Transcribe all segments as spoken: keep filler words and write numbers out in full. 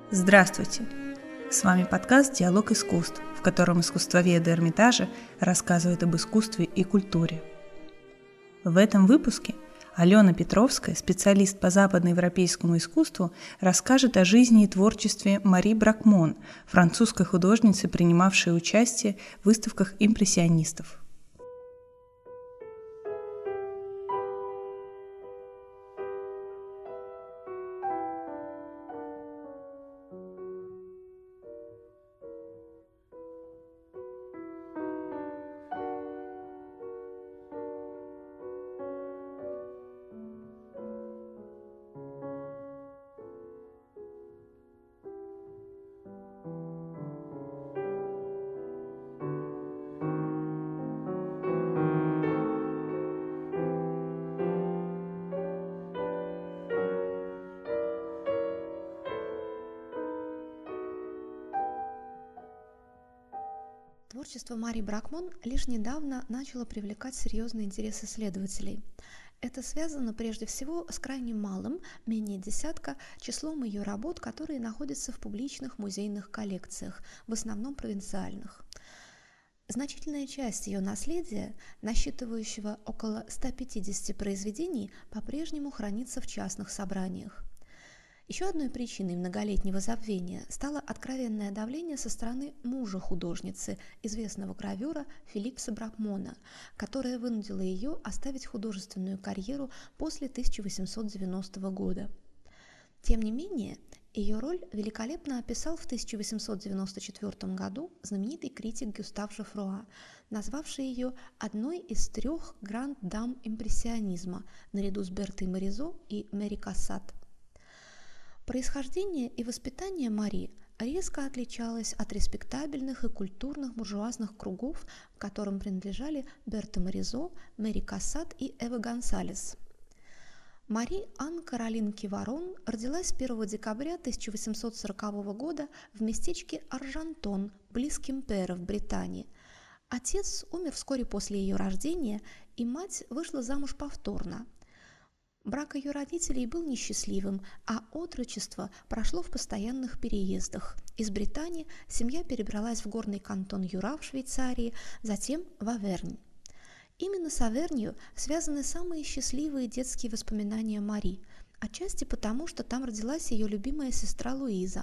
Здравствуйте! С вами подкаст «Диалог искусств», в котором искусствоведы Эрмитажа рассказывают об искусстве и культуре. В этом выпуске Алена Петровская, специалист по западноевропейскому искусству, расскажет о жизни и творчестве Мари Бракмон, французской художницы, принимавшей участие в выставках импрессионистов. Творчество Мари Бракмон лишь недавно начало привлекать серьезный интерес исследователей. Это связано прежде всего с крайне малым, менее десятка, числом ее работ, которые находятся в публичных музейных коллекциях, в основном провинциальных. Значительная часть ее наследия, насчитывающего около ста пятидесяти произведений, по-прежнему хранится в частных собраниях. Еще одной причиной многолетнего забвения стало откровенное давление со стороны мужа художницы, известного гравера Филиппа Бракмона, которое вынудило ее оставить художественную карьеру после тысяча восемьсот девяностого года. Тем не менее, ее роль великолепно описал в тысяча восемьсот девяносто четвёртом году знаменитый критик Гюстав Жофруа, назвавший ее одной из трех гранд-дам импрессионизма, наряду с Бертой Моризо и Мэри Кассат. Происхождение и воспитание Мари резко отличалось от респектабельных и культурных буржуазных кругов, к которым принадлежали Берта Моризо, Мэри Кассат и Эва Гонсалес. Мари Анн Каролин Киварон родилась первого декабря тысяча восемьсот сорокового года в местечке Аржантон, близ Кемпера в Британии. Отец умер вскоре после ее рождения, и мать вышла замуж повторно. Брак ее родителей был несчастливым, а отрочество прошло в постоянных переездах. Из Британии семья перебралась в горный кантон Юра в Швейцарии, затем в Авернь. Именно с Авернью связаны самые счастливые детские воспоминания Мари, отчасти потому, что там родилась ее любимая сестра Луиза.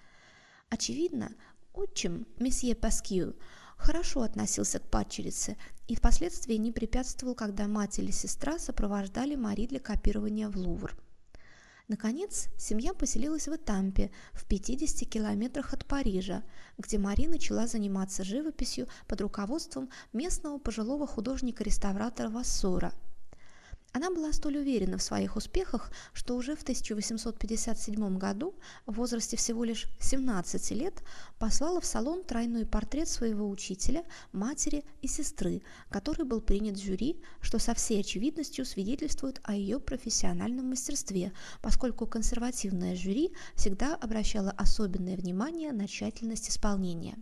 Очевидно, отчим, месье Паскью, хорошо относился к падчерице и впоследствии не препятствовал, когда мать или сестра сопровождали Мари для копирования в Лувр. Наконец, семья поселилась в Этампе, в пятидесяти километрах от Парижа, где Мари начала заниматься живописью под руководством местного пожилого художника-реставратора Вассора. Она была столь уверена в своих успехах, что уже в тысяча восемьсот пятьдесят седьмом году, в возрасте всего лишь семнадцати лет, послала в салон тройной портрет своего учителя, матери и сестры, который был принят в жюри, что со всей очевидностью свидетельствует о ее профессиональном мастерстве, поскольку консервативное жюри всегда обращало особенное внимание на тщательность исполнения.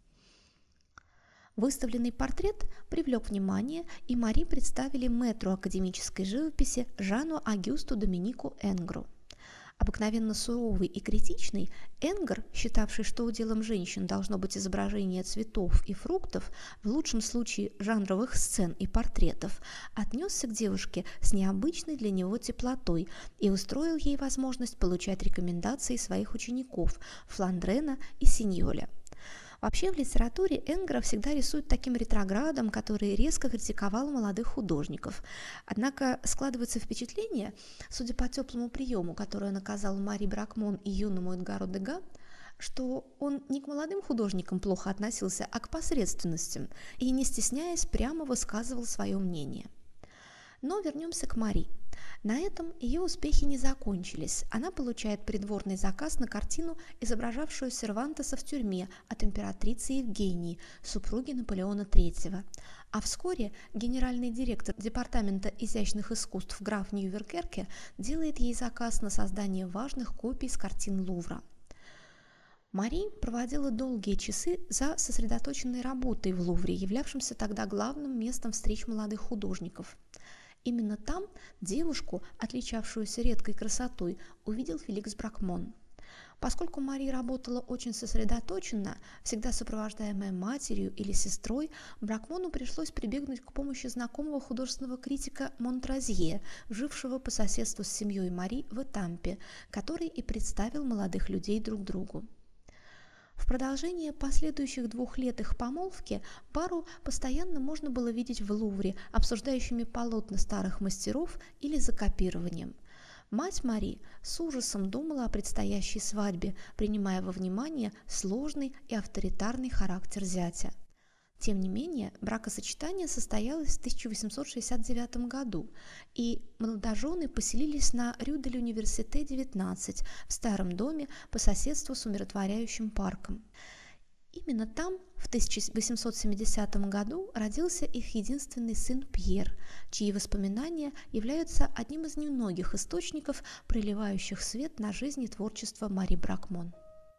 Выставленный портрет привлек внимание, и Мари представили мэтру академической живописи Жану Агюсту Доминику Энгру. Обыкновенно суровый и критичный, Энгр, считавший, что уделом женщин должно быть изображение цветов и фруктов, в лучшем случае жанровых сцен и портретов, отнесся к девушке с необычной для него теплотой и устроил ей возможность получать рекомендации своих учеников Фландрена и Синьоля. Вообще в литературе Энгра всегда рисуют таким ретроградом, который резко критиковал молодых художников. Однако складывается впечатление, судя по теплому приему, который он оказал Мари Бракмон и юному Эдгару Дега, что он не к молодым художникам плохо относился, а к посредственностям и, не стесняясь, прямо высказывал свое мнение. Но вернемся к Мари. На этом ее успехи не закончились. Она получает придворный заказ на картину, изображавшую Сервантеса в тюрьме от императрицы Евгении, супруги Наполеона третьего. А вскоре генеральный директор Департамента изящных искусств граф Ньюверкерке делает ей заказ на создание важных копий с картин Лувра. Мари проводила долгие часы за сосредоточенной работой в Лувре, являвшемся тогда главным местом встреч молодых художников. Именно там девушку, отличавшуюся редкой красотой, увидел Феликс Бракмон. Поскольку Мари работала очень сосредоточенно, всегда сопровождаемая матерью или сестрой, Бракмону пришлось прибегнуть к помощи знакомого художественного критика Монтразье, жившего по соседству с семьей Мари в Этампе, который и представил молодых людей друг другу. В продолжение последующих двух лет их помолвки пару постоянно можно было видеть в Лувре, обсуждающими полотна старых мастеров или за копированием. Мать Мари с ужасом думала о предстоящей свадьбе, принимая во внимание сложный и авторитарный характер зятя. Тем не менее, бракосочетание состоялось в тысяча восемьсот шестьдесят девятом году, и молодожены поселились на Рю-де-l'Université девятнадцать в старом доме по соседству с умиротворяющим парком. Именно там в тысяча восемьсот семидесятом году родился их единственный сын Пьер, чьи воспоминания являются одним из немногих источников, проливающих свет на жизнь и творчество Мари Бракмон.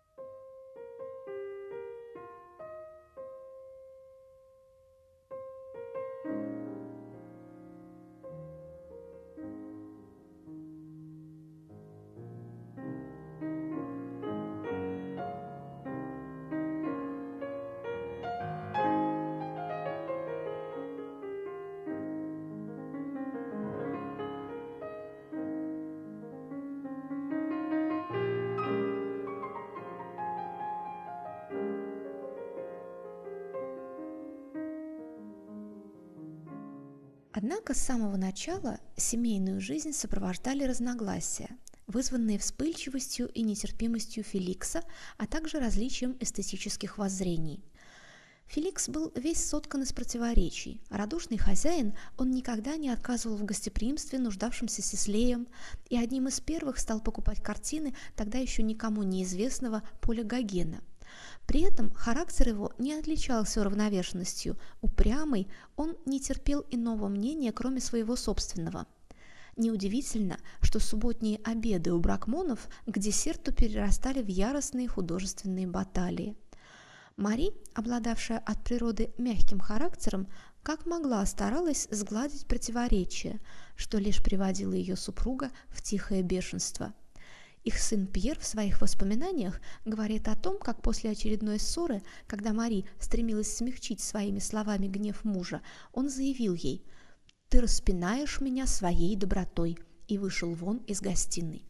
Однако с самого начала семейную жизнь сопровождали разногласия, вызванные вспыльчивостью и нетерпимостью Феликса, а также различием эстетических воззрений. Феликс был весь соткан из противоречий. Радушный хозяин, он никогда не отказывал в гостеприимстве нуждавшимся сислеям, и одним из первых стал покупать картины тогда еще никому неизвестного Поля Гогена. При этом характер его не отличался уравновешенностью. Упрямый, он не терпел иного мнения, кроме своего собственного. Неудивительно, что субботние обеды у Бракмонов к десерту перерастали в яростные художественные баталии. Мари, обладавшая от природы мягким характером, как могла старалась сгладить противоречия, что лишь приводило ее супруга в тихое бешенство. Их сын Пьер в своих воспоминаниях говорит о том, как после очередной ссоры, когда Мари стремилась смягчить своими словами гнев мужа, он заявил ей: «Ты распинаешь меня своей добротой», и вышел вон из гостиной.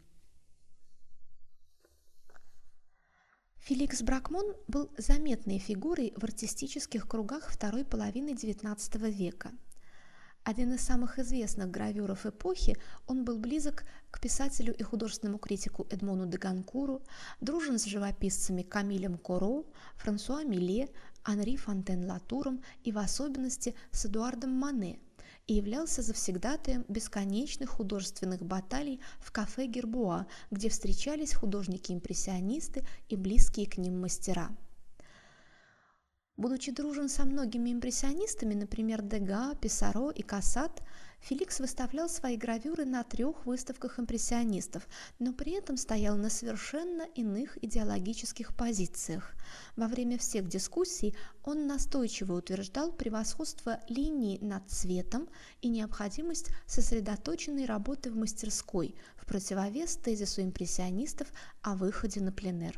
Феликс Бракмон был заметной фигурой в артистических кругах второй половины девятнадцатого века. Один из самых известных гравюров эпохи, он был близок к писателю и художественному критику Эдмону де Ганкуру, дружен с живописцами Камилем Коро, Франсуа Миле, Анри Фонтен-Латуром и в особенности с Эдуардом Мане, и являлся завсегдатаем бесконечных художественных баталий в кафе Гербуа, где встречались художники-импрессионисты и близкие к ним мастера. Будучи дружен со многими импрессионистами, например, Дега, Писаро и Кассат, Феликс выставлял свои гравюры на трех выставках импрессионистов, но при этом стоял на совершенно иных идеологических позициях. Во время всех дискуссий он настойчиво утверждал превосходство линий над цветом и необходимость сосредоточенной работы в мастерской, в противовес тезису импрессионистов о выходе на пленэр.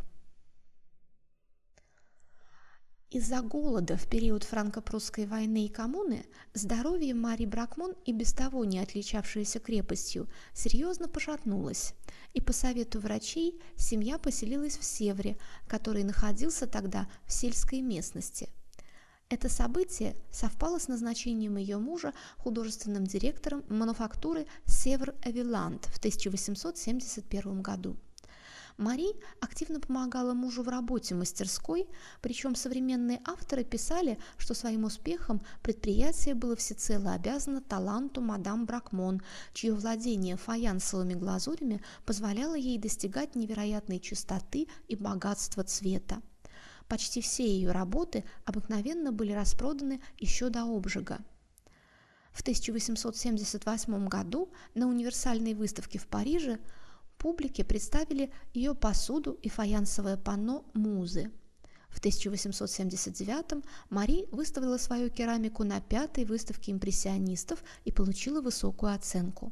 Из-за голода в период франко-прусской войны и коммуны здоровье Мари Бракмон, и без того не отличавшееся крепостью, серьезно пошатнулось, и по совету врачей семья поселилась в Севре, который находился тогда в сельской местности. Это событие совпало с назначением ее мужа художественным директором мануфактуры Севр-Эвиланд в тысяча восемьсот семьдесят первом году. Мари активно помогала мужу в работе мастерской, причем современные авторы писали, что своим успехом предприятие было всецело обязано таланту мадам Бракмон, чье владение фаянсовыми глазурями позволяло ей достигать невероятной чистоты и богатства цвета. Почти все ее работы обыкновенно были распроданы еще до обжига. В тысяча восемьсот семьдесят восьмом году на универсальной выставке в Париже публике представили ее посуду и фаянсовое панно «Музы». В тысяча восемьсот семьдесят девятом Мари выставила свою керамику на пятой выставке импрессионистов и получила высокую оценку.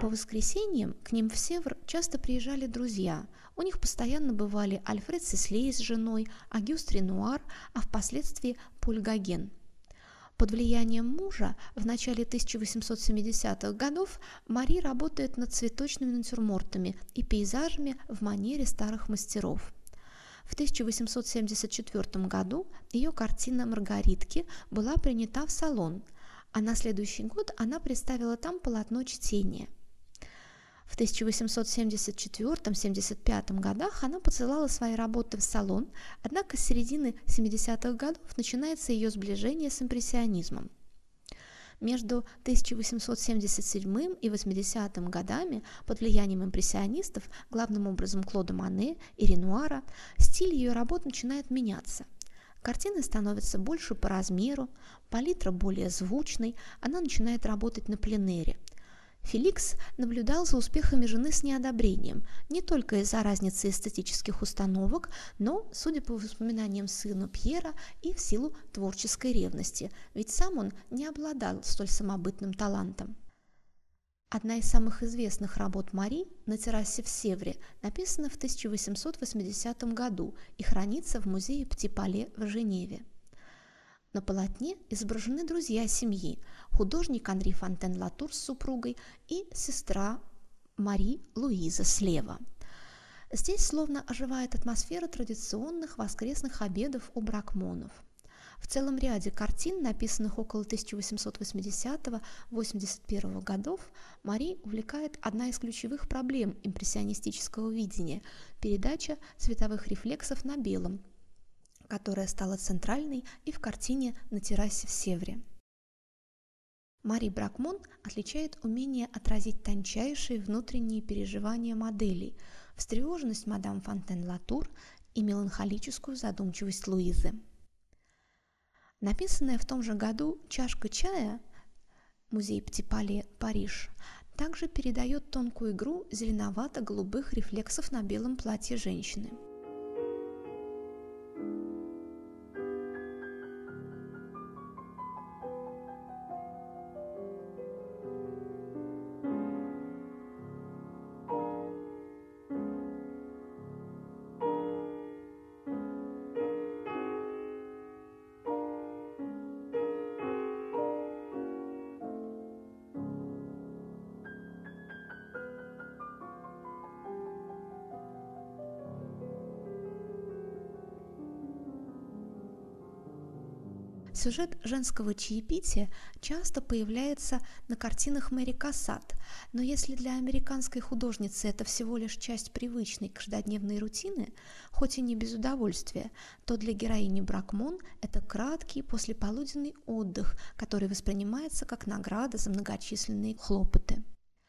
По воскресеньям к ним в Севр часто приезжали друзья. У них постоянно бывали Альфред Сислей с женой, Агюст Ренуар, а впоследствии Поль Гоген. Под влиянием мужа в начале тысяча восемьсот семидесятых годов Мари работает над цветочными натюрмортами и пейзажами в манере старых мастеров. В тысяча восемьсот семьдесят четвёртом году ее картина «Маргаритки» была принята в салон, а на следующий год она представила там полотно «Чтение». В тысяча восемьсот семьдесят четвёртом — семьдесят пятом годах она посылала свои работы в салон, однако с середины семидесятых годов начинается ее сближение с импрессионизмом. Между тысяча восемьсот семьдесят седьмым и восьмидесятым годами под влиянием импрессионистов, главным образом Клода Моне и Ренуара, стиль ее работ начинает меняться. Картины становятся больше по размеру, палитра более звучной, она начинает работать на пленэре. Феликс наблюдал за успехами жены с неодобрением, не только из-за разницы эстетических установок, но, судя по воспоминаниям сына Пьера, и в силу творческой ревности, ведь сам он не обладал столь самобытным талантом. Одна из самых известных работ Мари «На террасе в Севре» написана в тысяча восемьсот восьмидесятом году и хранится в музее Пти-Пале в Женеве. На полотне изображены друзья семьи, художник Анри Фонтен-Латур с супругой и сестра Мари Луиза слева. Здесь словно оживает атмосфера традиционных воскресных обедов у Бракмонов. В целом ряде картин, написанных около тысяча восемьсот восьмидесятого — восемьдесят первого годов, Мари увлекает одна из ключевых проблем импрессионистического видения – передача цветовых рефлексов на белом, которая стала центральной и в картине «На террасе в Севре». Мари Бракмон отличает умение отразить тончайшие внутренние переживания моделей, встревоженность мадам Фонтен-Латур и меланхолическую задумчивость Луизы. Написанная в том же году «Чашка чая» музей Пти-Пале, Париж, также передает тонкую игру зеленовато-голубых рефлексов на белом платье женщины. Сюжет женского чаепития часто появляется на картинах Мэри Кассат, но если для американской художницы это всего лишь часть привычной каждодневной рутины, хоть и не без удовольствия, то для героини Бракмон это краткий послеполуденный отдых, который воспринимается как награда за многочисленные хлопоты.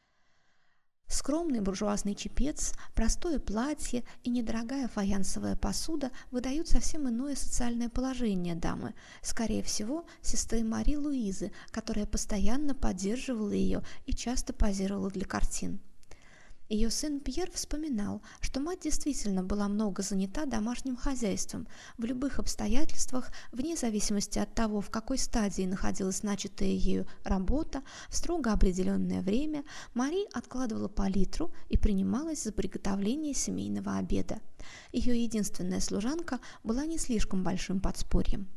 Скромный буржуазный чепец, простое платье и недорогая фаянсовая посуда выдают совсем иное социальное положение дамы, скорее всего, сестры Мари Луизы, которая постоянно поддерживала ее и часто позировала для картин. Ее сын Пьер вспоминал, что мать действительно была много занята домашним хозяйством. В любых обстоятельствах, вне зависимости от того, в какой стадии находилась начатая ею работа, в строго определенное время Мари откладывала палитру и принималась за приготовление семейного обеда. Ее единственная служанка была не слишком большим подспорьем.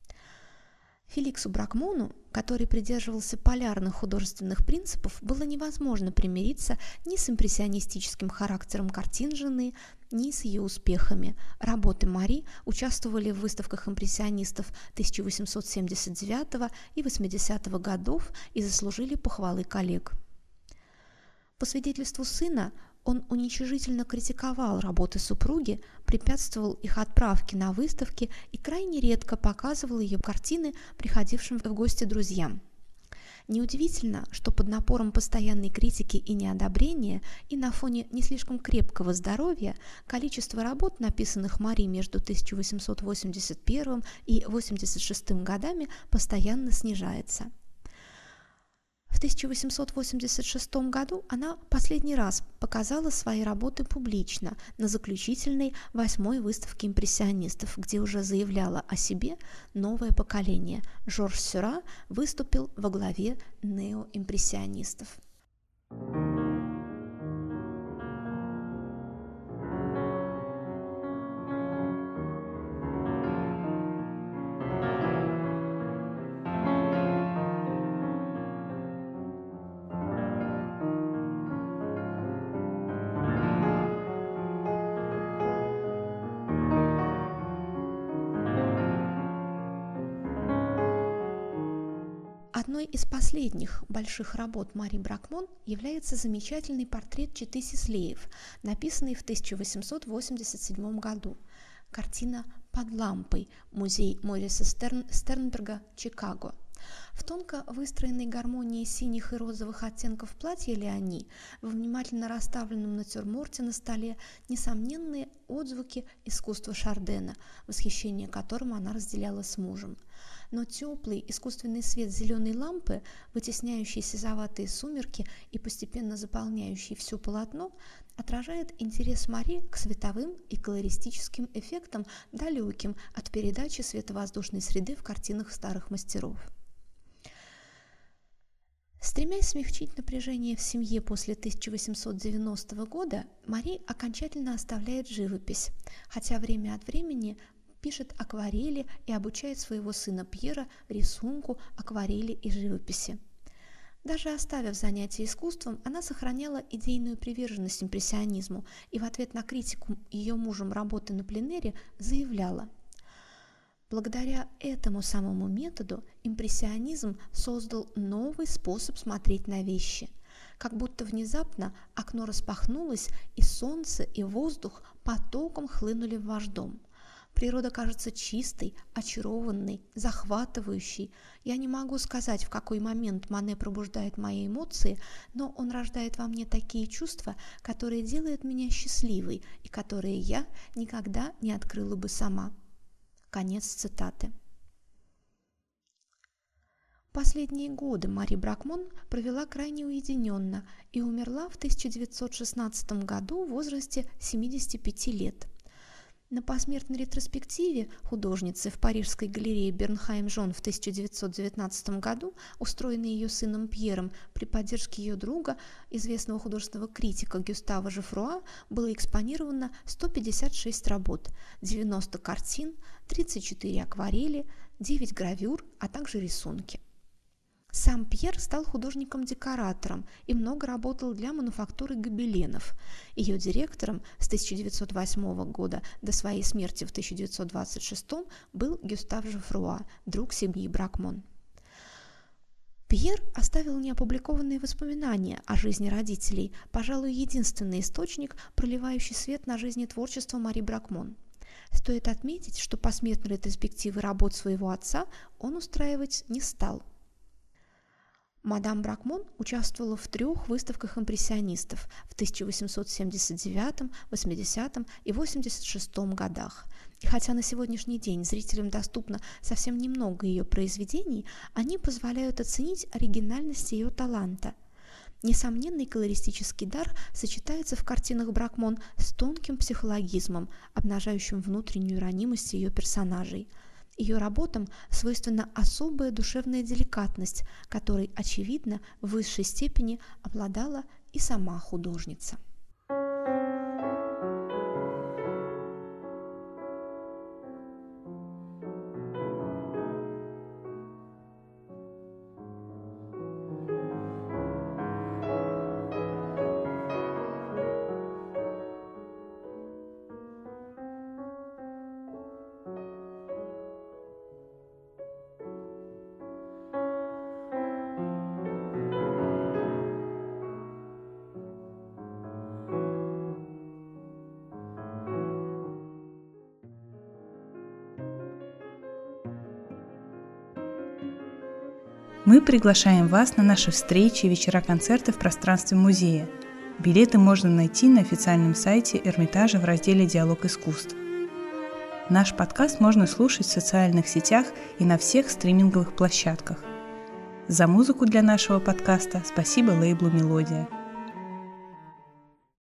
Феликсу Бракмону, который придерживался полярных художественных принципов, было невозможно примириться ни с импрессионистическим характером картин жены, ни с ее успехами. Работы Мари участвовали в выставках импрессионистов тысяча восемьсот семьдесят девятого и восьмидесятого годов и заслужили похвалы коллег. По свидетельству сына, он уничижительно критиковал работы супруги, препятствовал их отправке на выставки и крайне редко показывал ее картины приходившим в гости друзьям. Неудивительно, что под напором постоянной критики и неодобрения и на фоне не слишком крепкого здоровья количество работ, написанных Мари между тысяча восемьсот восемьдесят первым и восемьдесят шестым годами, постоянно снижается. В тысяча восемьсот восемьдесят шестом году она последний раз показала свои работы публично на заключительной восьмой выставке импрессионистов, где уже заявляла о себе новое поколение. Жорж Сюра выступил во главе неоимпрессионистов. Одной из последних больших работ Мари Бракмон является замечательный портрет четы Сислеев, написанный в тысяча восемьсот восемьдесят седьмом году. Картина «Под лампой», музей Мориса Стерн, Стернберга, Чикаго. В тонко выстроенной гармонии синих и розовых оттенков платья Леони, в внимательно расставленном натюрморте на столе, несомненные отзвуки искусства Шардена, восхищение которым она разделяла с мужем. Но теплый искусственный свет зеленой лампы, вытесняющий сизоватые сумерки и постепенно заполняющий все полотно, отражает интерес Мари к световым и колористическим эффектам, далеким от передачи световоздушной среды в картинах старых мастеров. Стремясь смягчить напряжение в семье после тысяча восемьсот девяностого года, Мари окончательно оставляет живопись, хотя время от времени пишет акварели и обучает своего сына Пьера рисунку, акварели и живописи. Даже оставив занятия искусством, она сохраняла идейную приверженность импрессионизму и в ответ на критику ее мужем работы на пленэре заявляла: «Благодаря этому самому методу импрессионизм создал новый способ смотреть на вещи. Как будто внезапно окно распахнулось, и солнце, и воздух потоком хлынули в ваш дом. Природа кажется чистой, очарованной, захватывающей. Я не могу сказать, в какой момент Мане пробуждает мои эмоции, но он рождает во мне такие чувства, которые делают меня счастливой и которые я никогда не открыла бы сама». Конец цитаты. Последние годы Мари Бракмон провела крайне уединенно и умерла в тысяча девятьсот шестнадцатом году в возрасте семидесяти пяти лет. На посмертной ретроспективе художницы в Парижской галерее Бернхайм-Жон в тысяча девятьсот девятнадцатом году, устроенной ее сыном Пьером при поддержке ее друга, известного художественного критика Гюстава Жофруа, было экспонировано сто пятьдесят шесть работ, девяносто картин, тридцать четыре акварели, девять гравюр, а также рисунки. Сам Пьер стал художником-декоратором и много работал для мануфактуры гобеленов. Ее директором с тысяча девятьсот восьмого года до своей смерти в тысяча девятьсот двадцать шестом был Гюстав Жофруа, друг семьи Бракмон. Пьер оставил неопубликованные воспоминания о жизни родителей, пожалуй, единственный источник, проливающий свет на жизнь и творчество Мари Бракмон. Стоит отметить, что посмертной ретроспективы работ своего отца он устраивать не стал. Мадам Бракмон участвовала в трех выставках импрессионистов в тысяча восемьсот семьдесят девятом, восьмидесятом и восемьдесят шестом годах. И хотя на сегодняшний день зрителям доступно совсем немного ее произведений, они позволяют оценить оригинальность ее таланта. Несомненный колористический дар сочетается в картинах Бракмон с тонким психологизмом, обнажающим внутреннюю ранимость ее персонажей. Ее работам свойственна особая душевная деликатность, которой, очевидно, в высшей степени обладала и сама художница. Мы приглашаем вас на наши встречи и вечера-концерты в пространстве музея. Билеты можно найти на официальном сайте Эрмитажа в разделе «Диалог искусств». Наш подкаст можно слушать в социальных сетях и на всех стриминговых площадках. За музыку для нашего подкаста спасибо лейблу «Мелодия».